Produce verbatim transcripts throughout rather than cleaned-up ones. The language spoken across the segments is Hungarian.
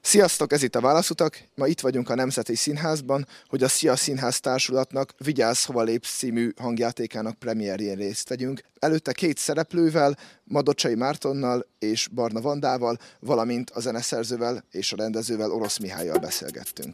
Sziasztok, ez itt a Válaszutak. Ma itt vagyunk a Nemzeti Színházban, hogy a Szia Színház Társulatnak Vigyázz, hova lépsz című hangjátékának premierjén részt vegyünk. Előtte két szereplővel, Madocsai Mártonnal és Barna Vandával, valamint a zeneszerzővel és a rendezővel, Orosz Mihállyal beszélgettünk.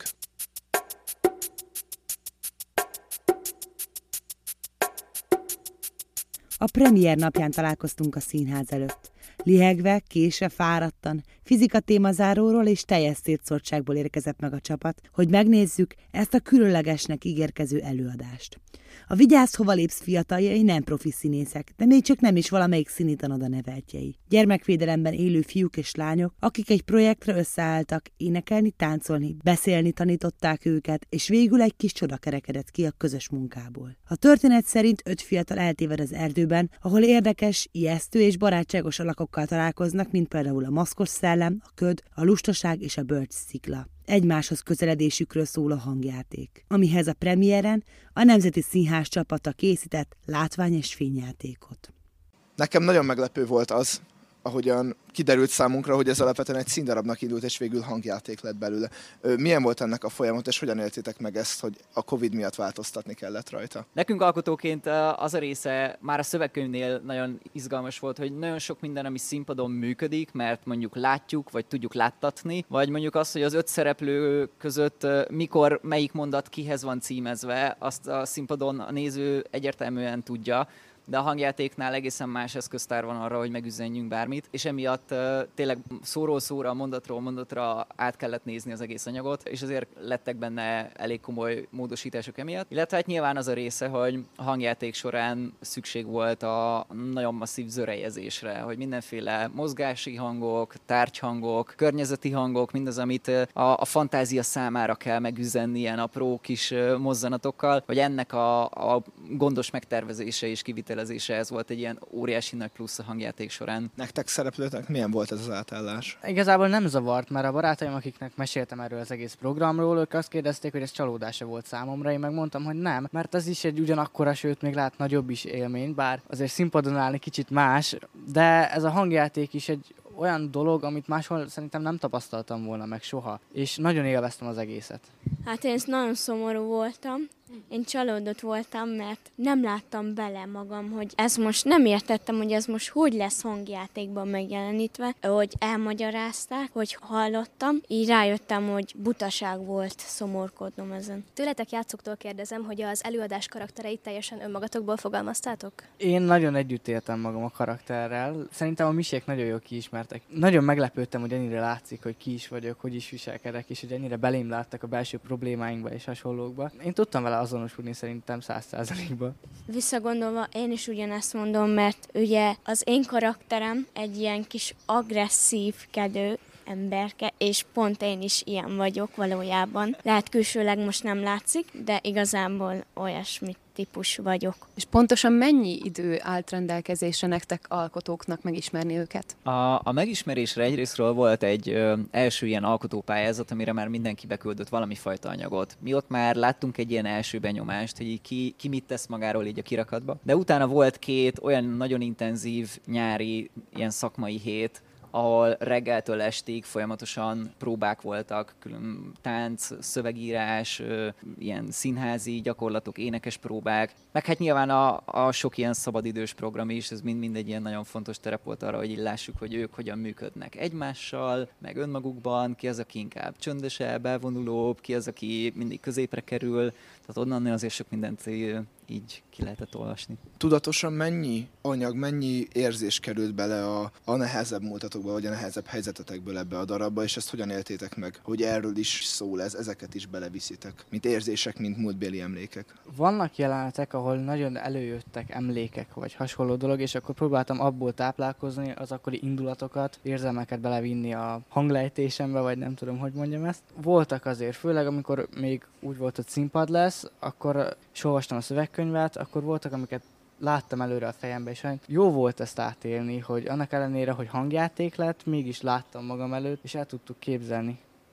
A premier napján találkoztunk a színház előtt. Lihegve, késve, fáradtan, fizika témazáróról és teljes szétszórtságból érkezett meg a csapat, hogy megnézzük ezt a különlegesnek ígérkező előadást. A Vigyázz, hova lépsz fiataljai nem profi színészek, de még csak nem is valamelyik színitanoda neveltjei. Gyermekvédelemben élő fiúk és lányok, akik egy projektre összeálltak, énekelni, táncolni, beszélni tanították őket, és végül egy kis csoda kerekedett ki a közös munkából. A történet szerint öt fiatal eltéved az erdőben, ahol érdekes, ijesztő és barátságos alakokkal találkoznak, mint például a maszkos szellem, a köd, a lustaság és a bölcsszikla. Egymáshoz közeledésükről szól a hangjáték, amihez a premiéren a Nemzeti Színház csapata készített látvány- és fényjátékot. Nekem nagyon meglepő volt az, ahogyan kiderült számunkra, hogy ez alapvetően egy színdarabnak indult, és végül hangjáték lett belőle. Milyen volt ennek a folyamat, és hogyan éltétek meg ezt, hogy a Covid miatt változtatni kellett rajta? Nekünk alkotóként az a része már a szövegkönyvnél nagyon izgalmas volt, hogy nagyon sok minden, ami színpadon működik, mert mondjuk látjuk, vagy tudjuk láttatni, vagy mondjuk az, hogy az öt szereplő között mikor melyik mondat kihez van címezve, azt a színpadon a néző egyértelműen tudja, de a hangjátéknál egészen más eszköztár van arra, hogy megüzenjünk bármit, és emiatt uh, tényleg szóról szóra, mondatról mondatra át kellett nézni az egész anyagot, és azért lettek benne elég komoly módosítások emiatt. Illetve hát nyilván az a része, hogy a hangjáték során szükség volt a nagyon masszív zörejezésre, hogy mindenféle mozgási hangok, tárgyhangok, környezeti hangok, mindaz, amit a, a fantázia számára kell megüzenni ilyen apró kis mozzanatokkal, hogy ennek a, a gondos megtervezése és kivitelezése, ez volt egy ilyen óriási nagy plusz a hangjáték során. Nektek szereplőtek milyen volt ez az átállás? Igazából nem zavart, mert a barátaim, akiknek meséltem erről az egész programról, ők azt kérdezték, hogy ez csalódása volt számomra, én megmondtam, hogy nem, mert az is egy ugyanakkora, sőt még lehet nagyobb is élmény, bár azért színpadon állni kicsit más, de ez a hangjáték is egy olyan dolog, amit máshol szerintem nem tapasztaltam volna meg soha, és nagyon élveztem az egészet. Hát én nagyon szomorú voltam, én csalódott voltam, mert nem láttam bele magam, hogy ez most nem értettem, hogy ez most hogy lesz hangjátékban megjelenítve, hogy elmagyarázták, hogy hallottam, így rájöttem, hogy butaság volt szomorkodnom ezen. Tőletek játszóktól kérdezem, hogy az előadás karaktereit teljesen önmagatokból fogalmaztátok? Én nagyon együtt éltem magam a karakterrel. Szerintem a misék nagyon jól kiismertek. Nagyon meglepődtem, hogy ennyire látszik, hogy ki is vagyok, hogy is viselkedek, és hogy ennyire belém láttak a belső problémáinkba és hasonlókba. Én tudtam vele azonosulni szerintem száz százalékban. Visszagondolva én is ugyanezt mondom, mert ugye az én karakterem egy ilyen kis agresszívkedő emberke, és pont én is ilyen vagyok valójában. Lehet külsőleg most nem látszik, de igazából olyasmit típus vagyok. És pontosan mennyi idő állt rendelkezésre nektek alkotóknak megismerni őket? A, a megismerésre egyrésztről volt egy ö, első ilyen alkotópályázat, amire már mindenki beküldött valami fajta anyagot. Mi ott már láttunk egy ilyen első benyomást, hogy ki, ki mit tesz magáról így a kirakatba. De utána volt két olyan nagyon intenzív nyári ilyen szakmai hét, ahol reggeltől estig folyamatosan próbák voltak, külön tánc, szövegírás, ilyen színházi gyakorlatok, énekes próbák, meg hát nyilván a, a sok ilyen szabadidős program is, ez mind-mind egy ilyen nagyon fontos terep volt arra, hogy így lássuk, hogy ők hogyan működnek egymással, meg önmagukban, ki az, aki inkább csöndesebb, elvonulóbb, ki az, aki mindig középre kerül, tehát onnan azért sok mindent így ki lehetett olvasni. Tudatosan mennyi anyag, mennyi érzés került bele a, a nehezebb múltatokba, vagy a nehezebb helyzetetekből ebbe a darabba, és ezt hogyan éltétek meg? Hogy erről is szól ez, ezeket is beleviszitek, mint érzések, mint múltbéli emlékek. Vannak jelenetek, ahol nagyon előjöttek emlékek, vagy hasonló dolog, és akkor próbáltam abból táplálkozni az akkori indulatokat, érzelmeket belevinni a hanglejtésembe, vagy nem tudom, hogy mondjam ezt. Voltak azért, főleg amikor még úgy volt, hogy színpad lesz, akkor is olvastam a szövegkönyvet, akkor voltak, amiket láttam előre a fejembe, és jó volt ezt átélni, hogy annak ellenére, hogy hangjáték lett, mégis láttam magam előtt, és el tudtuk képzelni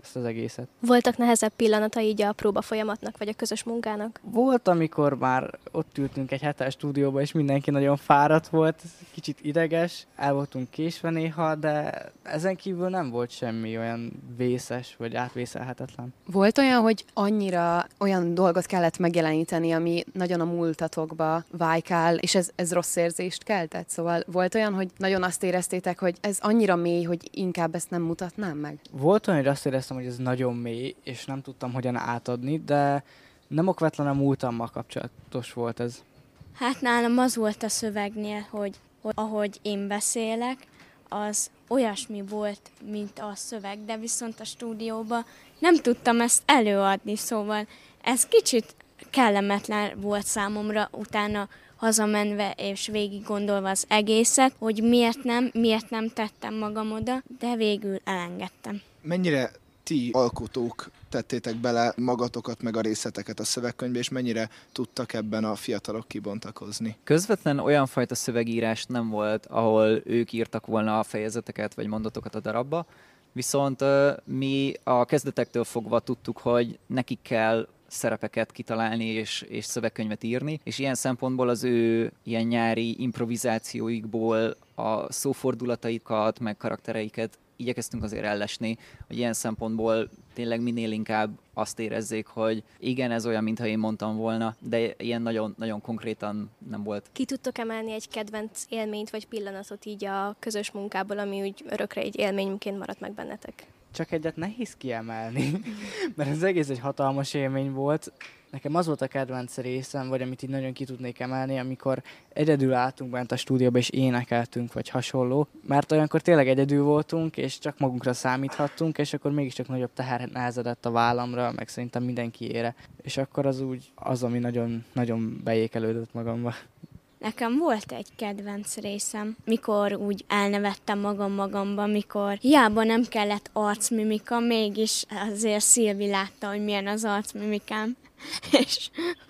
ezt az egészet. Voltak nehezebb pillanatai így a próba folyamatnak, vagy a közös munkának? Volt, amikor már ott ültünk egy hetes stúdióba, és mindenki nagyon fáradt volt, kicsit ideges, el voltunk késve néha, de ezen kívül nem volt semmi olyan vészes, vagy átvészelhetetlen. Volt olyan, hogy annyira olyan dolgot kellett megjeleníteni, ami nagyon a múltatokba vájkál, és ez, ez rossz érzést keltett? Szóval volt olyan, hogy nagyon azt éreztétek, hogy ez annyira mély, hogy inkább ezt nem mutatnám meg? Volt olyan, hogy azt éreztem, hogy ez nagyon mély, és nem tudtam hogyan átadni, de nem okvetlen a múltammal kapcsolatos volt ez. Hát nálam az volt a szövegnél, hogy, hogy ahogy én beszélek, az olyasmi volt, mint a szöveg, de viszont a stúdióban nem tudtam ezt előadni, szóval ez kicsit kellemetlen volt számomra utána hazamenve és végig gondolva az egészet, hogy miért nem, miért nem tettem magam oda, de végül elengedtem. Mennyire ti alkotók tettétek bele magatokat meg a részleteket a szövegkönyvbe, és mennyire tudtak ebben a fiatalok kibontakozni? Közvetlen olyan fajta szövegírás nem volt, ahol ők írtak volna a fejezeteket vagy mondatokat a darabba, viszont mi a kezdetektől fogva tudtuk, hogy nekik kell szerepeket kitalálni és, és szövegkönyvet írni, és ilyen szempontból az ő ilyen nyári improvizációikból a szófordulataikat, meg karaktereiket igyekeztünk azért ellesni, hogy ilyen szempontból tényleg minél inkább azt érezzék, hogy igen, ez olyan, mintha én mondtam volna, de ilyen nagyon, nagyon konkrétan nem volt. Ki tudtok emelni egy kedvenc élményt vagy pillanatot így a közös munkából, ami úgy örökre egy élményként maradt meg bennetek? Csak egyet nehéz kiemelni, mert az egész egy hatalmas élmény volt. Nekem az volt a kedvenc részem, vagy amit így nagyon ki tudnék emelni, amikor egyedül álltunk bent a stúdióba, és énekeltünk, vagy hasonló. Mert olyankor tényleg egyedül voltunk, és csak magunkra számíthattunk, és akkor mégiscsak nagyobb teher nehezedett a vállamra, meg szerintem mindenkiére. És akkor az úgy az, ami nagyon, nagyon beékelődött magamba. Nekem volt egy kedvenc részem, mikor úgy elnevettem magam magamba, mikor hiába nem kellett arcmimika, mégis azért Szilvi látta, hogy milyen az arcmimikám, és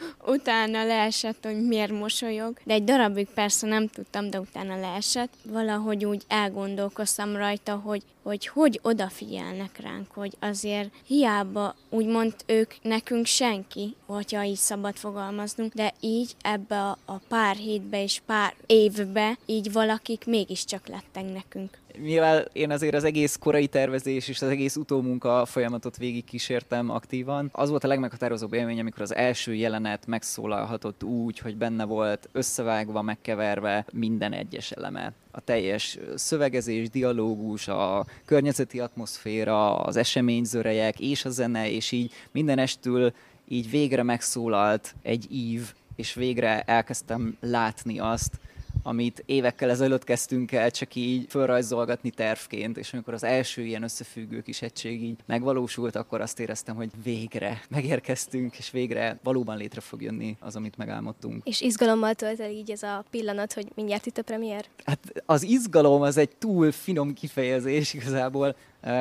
utána leesett, hogy miért mosolyog. De egy darabig persze nem tudtam, de utána leesett. Valahogy úgy elgondolkoztam rajta, hogy hogy, hogy odafigyelnek ránk, hogy azért hiába úgymond ők nekünk senki, hogyha így szabad fogalmaznunk, de így ebbe a, a pár hétbe és pár évbe így valakik mégiscsak lettek nekünk. Mivel én azért az egész korai tervezés és az egész utómunka folyamatot végig kísértem aktívan, az volt a legmeghatározóbb élmény, amikor az első jelenet megszólalhatott úgy, hogy benne volt összevágva, megkeverve minden egyes eleme. A teljes szövegezés, dialógus, a környezeti atmoszféra, az eseményzörejek és a zene, és így mindenestől így végre megszólalt egy ív, és végre elkezdtem látni azt, amit évekkel ezelőtt kezdtünk el csak így fölrajzolgatni tervként, és amikor az első ilyen összefüggő kis egység így megvalósult, akkor azt éreztem, hogy végre megérkeztünk, és végre valóban létre fog jönni az, amit megálmodtunk. És izgalommal tölt el így ez a pillanat, hogy mindjárt itt a premier? Hát az izgalom az egy túl finom kifejezés igazából.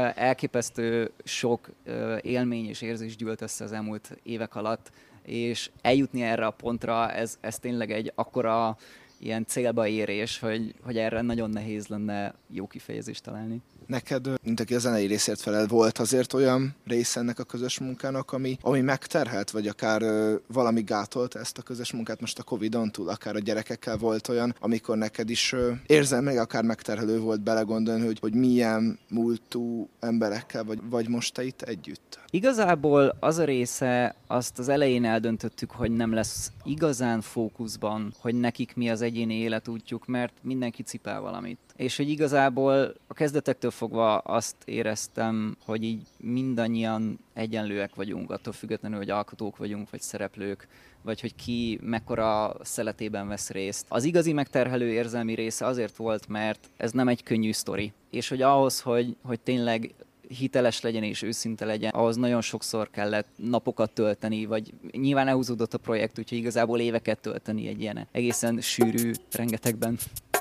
Elképesztő sok élmény és érzés gyűlt össze az elmúlt évek alatt, és eljutni erre a pontra, ez, ez tényleg egy akkora ilyen célba érés, hogy, hogy erre nagyon nehéz lenne jó kifejezést találni. Neked, mint aki a zenei részért felel, volt azért olyan része ennek a közös munkának, ami, ami megterhelt, vagy akár ö, valami gátolt ezt a közös munkát most a Covidon túl, akár a gyerekekkel volt olyan, amikor neked is ö, érzelmileg akár megterhelő volt belegondolni, hogy, hogy milyen múltú emberekkel vagy, vagy most te itt együtt? Igazából az a része, azt az elején eldöntöttük, hogy nem lesz igazán fókuszban, hogy nekik mi az egyéni életútjuk, mert mindenki cipel valamit. És hogy igazából a kezdetektől fogva azt éreztem, hogy így mindannyian egyenlőek vagyunk, attól függetlenül, hogy alkotók vagyunk, vagy szereplők, vagy hogy ki mekkora szeletében vesz részt. Az igazi megterhelő érzelmi része azért volt, mert ez nem egy könnyű sztori. És hogy ahhoz, hogy, hogy tényleg hiteles legyen és őszinte legyen, ahhoz nagyon sokszor kellett napokat tölteni, vagy nyilván elhúzódott a projekt, úgyhogy igazából éveket tölteni egy ilyen egészen sűrű rengetegben.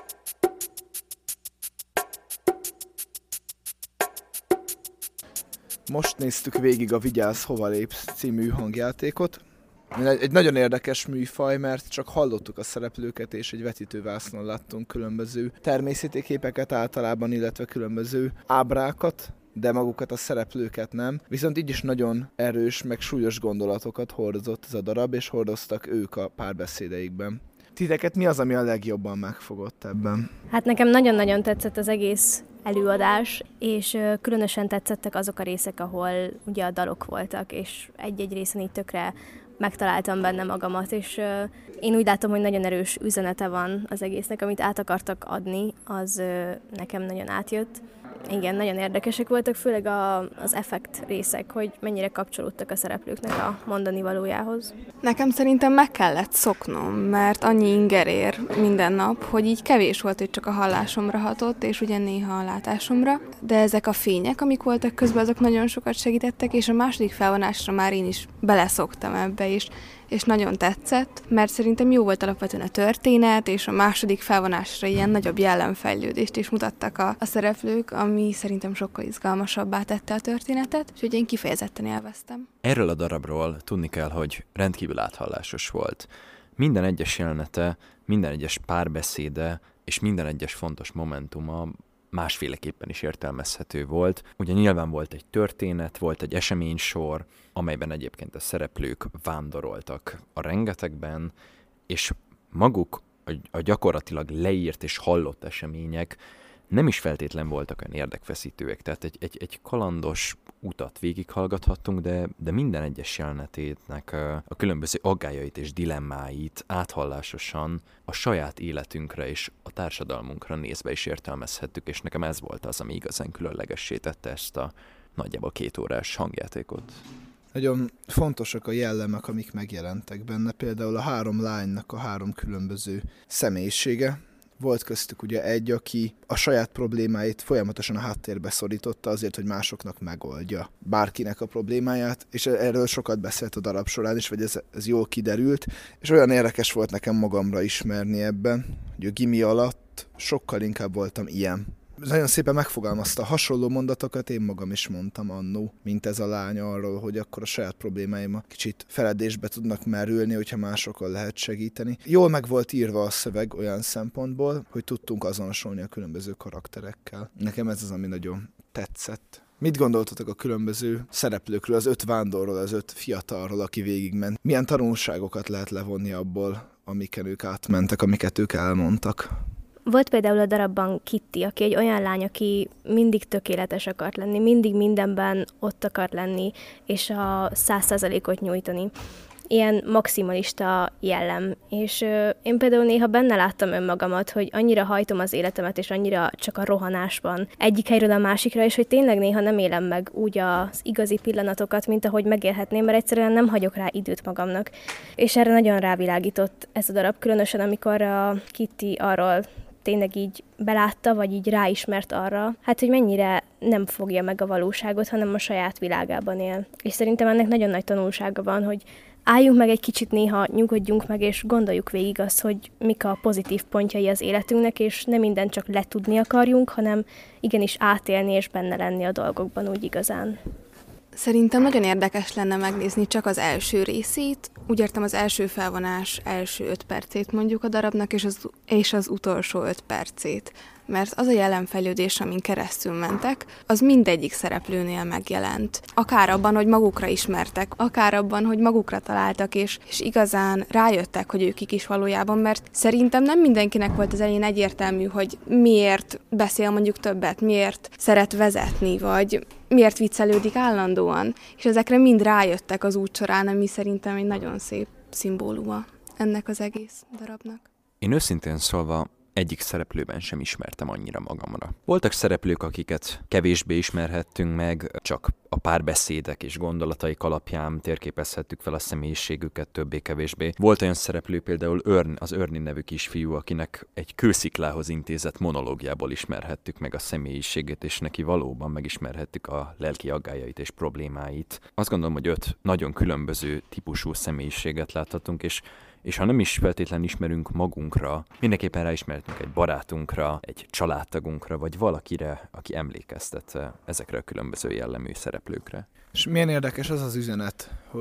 Most néztük végig a Vigyázz, hova lépsz című hangjátékot. Egy nagyon érdekes műfaj, mert csak hallottuk a szereplőket, és egy vetítővásznon láttunk különböző természeti képeket általában, illetve különböző ábrákat, de magukat a szereplőket nem. Viszont így is nagyon erős, meg súlyos gondolatokat hordozott ez a darab, és hordoztak ők a párbeszédeikben. Titeket mi az, ami a legjobban megfogott ebben? Hát nekem nagyon-nagyon tetszett az egész előadás, és különösen tetszettek azok a részek, ahol ugye a dalok voltak, és egy-egy részen így tökre megtaláltam benne magamat, és én úgy látom, hogy nagyon erős üzenete van az egésznek, amit át akartak adni, az nekem nagyon átjött. Igen, nagyon érdekesek voltak, főleg a, az effekt részek, hogy mennyire kapcsolódtak a szereplőknek a mondani valójához. Nekem szerintem meg kellett szoknom, mert annyi inger ér minden nap, hogy így kevés volt, hogy csak a hallásomra hatott, és ugye néha a látásomra. De ezek a fények, amik voltak közben, azok nagyon sokat segítettek, és a második felvonásra már én is beleszoktam ebbe, és és nagyon tetszett, mert szerintem jó volt alapvetően a történet, és a második felvonásra ilyen nagyobb jellemfejlődést is mutattak a, a szereplők, ami szerintem sokkal izgalmasabbá tette a történetet, úgyhogy én kifejezetten élveztem. Erről a darabról tudni kell, hogy rendkívül áthallásos volt. Minden egyes jelenete, minden egyes párbeszéde és minden egyes fontos momentuma másféleképpen is értelmezhető volt. Ugye nyilván volt egy történet, volt egy eseménysor, amelyben egyébként a szereplők vándoroltak a rengetegben, és maguk a, a gyakorlatilag leírt és hallott események nem is feltétlen voltak olyan érdekfeszítőek. Tehát egy, egy, egy kalandos utat végighallgathattunk, de, de minden egyes jelenetének a, a különböző aggályait és dilemmáit áthallásosan a saját életünkre és a társadalmunkra nézve is értelmezhettük, és nekem ez volt az, ami igazán különlegessé tette ezt a nagyjából két órás hangjátékot. Nagyon fontosak a jellemek, amik megjelentek benne, például a három lánynak a három különböző személyisége. Volt köztük ugye egy, aki a saját problémáit folyamatosan a háttérbe szorította azért, hogy másoknak megoldja bárkinek a problémáját, és erről sokat beszélt a darab során is, vagy ez, ez jól kiderült, és olyan érdekes volt nekem magamra ismerni ebben, hogy a gimi alatt sokkal inkább voltam ilyen. Nagyon szépen megfogalmazta, hasonló mondatokat én magam is mondtam annó, mint ez a lány arról, hogy akkor a saját problémáim kicsit feledésbe tudnak merülni, hogyha másokon lehet segíteni. Jól meg volt írva a szöveg olyan szempontból, hogy tudtunk azonosulni a különböző karakterekkel. Nekem ez az, ami nagyon tetszett. Mit gondoltatok a különböző szereplőkről, az öt vándorról, az öt fiatalról, aki végigment? Milyen tanulságokat lehet levonni abból, amiken ők átmentek, amiket ők elmondtak? Volt például a darabban Kitty, aki egy olyan lány, aki mindig tökéletes akart lenni, mindig mindenben ott akart lenni, és a száz százalékot nyújtani. Ilyen maximalista jellem. És ö, én például néha benne láttam önmagamat, hogy annyira hajtom az életemet, és annyira csak a rohanásban egyik helyről a másikra, és hogy tényleg néha nem élem meg úgy az igazi pillanatokat, mint ahogy megélhetném, mert egyszerűen nem hagyok rá időt magamnak. És erre nagyon rávilágított ez a darab, különösen amikor a Kitty arról tényleg így belátta, vagy így ráismert arra, hát, hogy mennyire nem fogja meg a valóságot, hanem a saját világában él. És szerintem ennek nagyon nagy tanulsága van, hogy álljunk meg egy kicsit néha, nyugodjunk meg, és gondoljuk végig azt, hogy mik a pozitív pontjai az életünknek, és nem mindent csak letudni akarjunk, hanem igenis átélni és benne lenni a dolgokban úgy igazán. Szerintem nagyon érdekes lenne megnézni csak az első részét, úgy értem az első felvonás első öt percét mondjuk a darabnak, és az, és az utolsó öt percét. Mert az a jelenfejlődés, amin keresztül mentek, az mindegyik szereplőnél megjelent. Akár abban, hogy magukra ismertek, akár abban, hogy magukra találtak, és, és igazán rájöttek, hogy ők kik is valójában, mert szerintem nem mindenkinek volt az elején egyértelmű, hogy miért beszél mondjuk többet, miért szeret vezetni, vagy miért viccelődik állandóan. És ezekre mind rájöttek az út során, ami szerintem egy nagyon szép szimbóluma ennek az egész darabnak. Én őszintén szólva egyik szereplőben sem ismertem annyira magamra. Voltak szereplők, akiket kevésbé ismerhettünk meg, csak a párbeszédek és gondolataik alapján térképezhettük fel a személyiségüket többé-kevésbé. Volt olyan szereplő, például Örn, az Örni nevű kisfiú, akinek egy kősziklához intézett monológiából ismerhettük meg a személyiségét, és neki valóban megismerhettük a lelki aggályait és problémáit. Azt gondolom, hogy öt nagyon különböző típusú személyiséget láthatunk, és És ha nem is feltétlenül ismerünk magunkra, mindenképpen ráismerhetünk egy barátunkra, egy családtagunkra, vagy valakire, aki emlékeztet ezekre a különböző jellemű szereplőkre. És milyen érdekes az az üzenet, hogy, hogy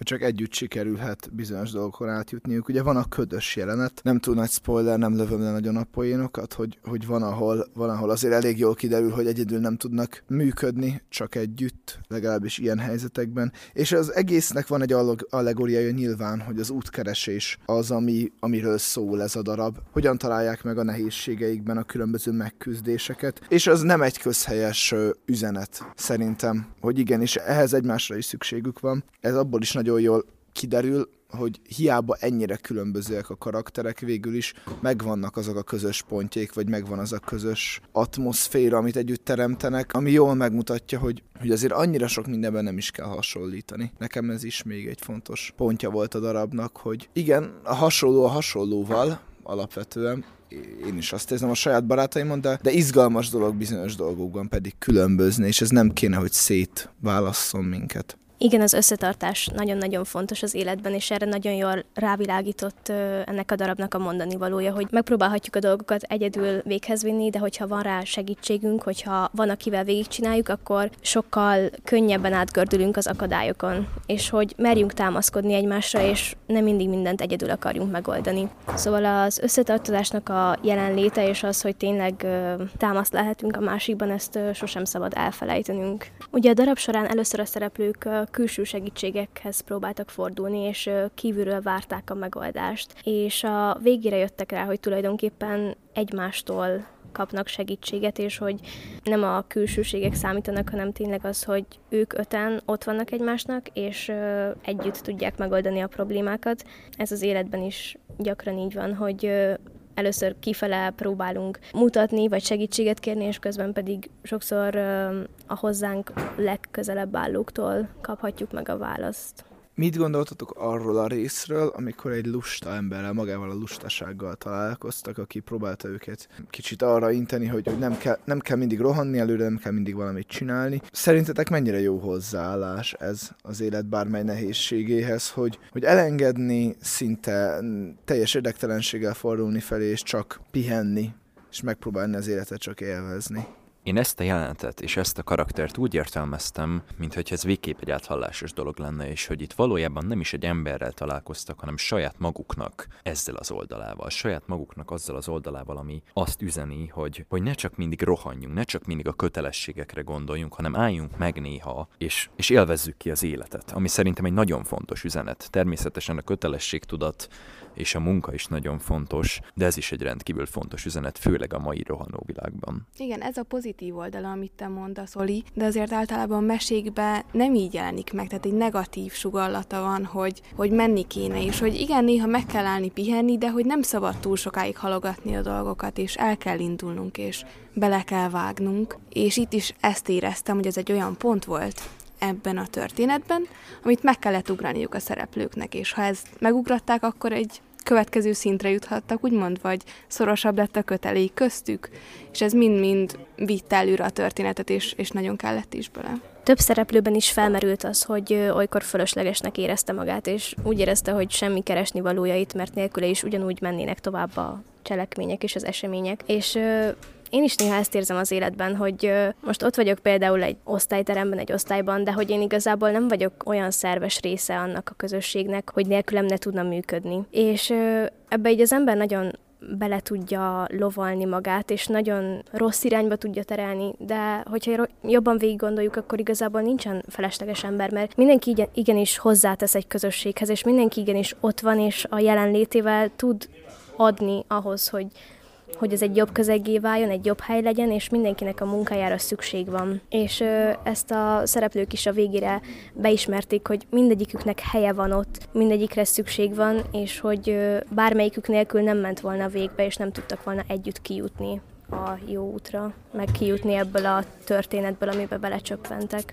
hogy csak együtt sikerülhet bizonyos dolgokon átjutniuk. Ugye van a ködös jelenet, nem túl nagy spoiler, nem lövöm le nagyon a poénokat, hogy, hogy van, ahol, van, ahol azért elég jól kiderül, hogy egyedül nem tudnak működni, csak együtt, legalábbis ilyen helyzetekben. És az egésznek van egy allegóriája nyilván, hogy az útkeresés az, ami, amiről szól ez a darab. Hogyan találják meg a nehézségeikben a különböző megküzdéseket. És az nem egy közhelyes üzenet szerintem, hogy igenis ehhez egymásra is szükségük van. Ez abból is nagyon jól kiderül, hogy hiába ennyire különbözőek a karakterek, végül is megvannak azok a közös pontjék, vagy megvan az a közös atmoszféra, amit együtt teremtenek, ami jól megmutatja, hogy, hogy azért annyira sok mindenben nem is kell hasonlítani. Nekem ez is még egy fontos pontja volt a darabnak, hogy igen, a hasonló a hasonlóval alapvetően, én is azt érzem a saját barátaimon, de, de izgalmas dolog bizonyos dolgokban pedig különbözni, és ez nem kéne, hogy szétválasszon minket. Igen, az összetartás nagyon-nagyon fontos az életben, és erre nagyon jól rávilágított ennek a darabnak a mondani valója, hogy megpróbálhatjuk a dolgokat egyedül véghez vinni, de hogyha van rá segítségünk, hogyha van, akivel végigcsináljuk, akkor sokkal könnyebben átgördülünk az akadályokon, és hogy merjünk támaszkodni egymásra, és nem mindig mindent egyedül akarjunk megoldani. Szóval az összetartozásnak a jelenléte, és az, hogy tényleg támaszt lehetünk a másikban, ezt sosem szabad elfelejtenünk. Ugye a darab során először a szereplők külső segítségekhez próbáltak fordulni, és kívülről várták a megoldást. És a végére jöttek rá, hogy tulajdonképpen egymástól kapnak segítséget, és hogy nem a külsőségek számítanak, hanem tényleg az, hogy ők öten ott vannak egymásnak, és együtt tudják megoldani a problémákat. Ez az életben is gyakran így van, hogy először kifele próbálunk mutatni, vagy segítséget kérni, és közben pedig sokszor a hozzánk legközelebb állóktól kaphatjuk meg a választ. Mit gondoltatok arról a részről, amikor egy lusta emberrel, magával a lustasággal találkoztak, aki próbálta őket kicsit arra inteni, hogy, hogy nem, kell, nem kell mindig rohanni előre, nem kell mindig valamit csinálni. Szerintetek mennyire jó hozzáállás ez az élet bármely nehézségéhez, hogy, hogy elengedni, szinte teljes érdektelenséggel fordulni felé, és csak pihenni, és megpróbálni az életet csak élvezni? Én ezt a jelenetet és ezt a karaktert úgy értelmeztem, mintha ez végképp egy áthallásos dolog lenne, és hogy itt valójában nem is egy emberrel találkoztak, hanem saját maguknak ezzel az oldalával, saját maguknak azzal az oldalával, ami azt üzeni, hogy, hogy ne csak mindig rohanjunk, ne csak mindig a kötelességekre gondoljunk, hanem álljunk meg néha, és, és élvezzük ki az életet, ami szerintem egy nagyon fontos üzenet. Természetesen a kötelességtudat és a munka is nagyon fontos, de ez is egy rendkívül fontos üzenet, főleg a mai rohanó világban. Igen, ez a pozitív oldala, amit te mondasz, Oli, de azért általában mesékben nem így jelenik meg, tehát egy negatív sugallata van, hogy, hogy menni kéne, és hogy igen, néha meg kell állni pihenni, de hogy nem szabad túl sokáig halogatni a dolgokat, és el kell indulnunk, és bele kell vágnunk. És itt is ezt éreztem, hogy ez egy olyan pont volt ebben a történetben, amit meg kellett ugraniuk a szereplőknek, és ha ezt megugratták, akkor egy következő szintre juthattak, úgymond, vagy szorosabb lett a kötelék köztük, és ez mind-mind vitte előre a történetet, és, és nagyon kellett is bele. Több szereplőben is felmerült az, hogy olykor fölöslegesnek érezte magát, és úgy érezte, hogy semmi keresni valójait, mert nélküle is ugyanúgy mennének tovább a cselekmények és az események. És én is néha ezt érzem az életben, hogy most ott vagyok például egy osztályteremben, egy osztályban, de hogy én igazából nem vagyok olyan szerves része annak a közösségnek, hogy nélkülem ne tudna működni. És ebbe így az ember nagyon bele tudja lovalni magát, és nagyon rossz irányba tudja terelni, de hogyha jobban végig gondoljuk, akkor igazából nincsen felesleges ember, mert mindenki igenis hozzátesz egy közösséghez, és mindenki igenis ott van, és a jelenlétével tud adni ahhoz, hogy hogy ez egy jobb közeggé váljon, egy jobb hely legyen, és mindenkinek a munkájára szükség van. És ö, ezt a szereplők is a végére beismerték, hogy mindegyiküknek helye van ott, mindegyikre szükség van, és hogy ö, bármelyikük nélkül nem ment volna végbe, és nem tudtak volna együtt kijutni a jó útra, meg kijutni ebből a történetből, amiben belecsöppentek.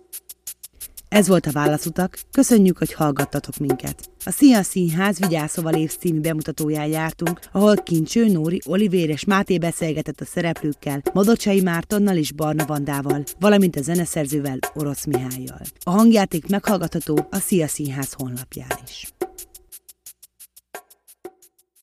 Ez volt a Válaszutak, köszönjük, hogy hallgattatok minket. A Szia Színház Vigyászóval Év című bemutatóján jártunk, ahol Kincső, Nóri, Olivér és Máté beszélgetett a szereplőkkel, Madocsai Mártonnal és Barna Vandával, valamint a zeneszerzővel, Orosz Mihályjal. A hangjáték meghallgatható a Szia Színház honlapján is.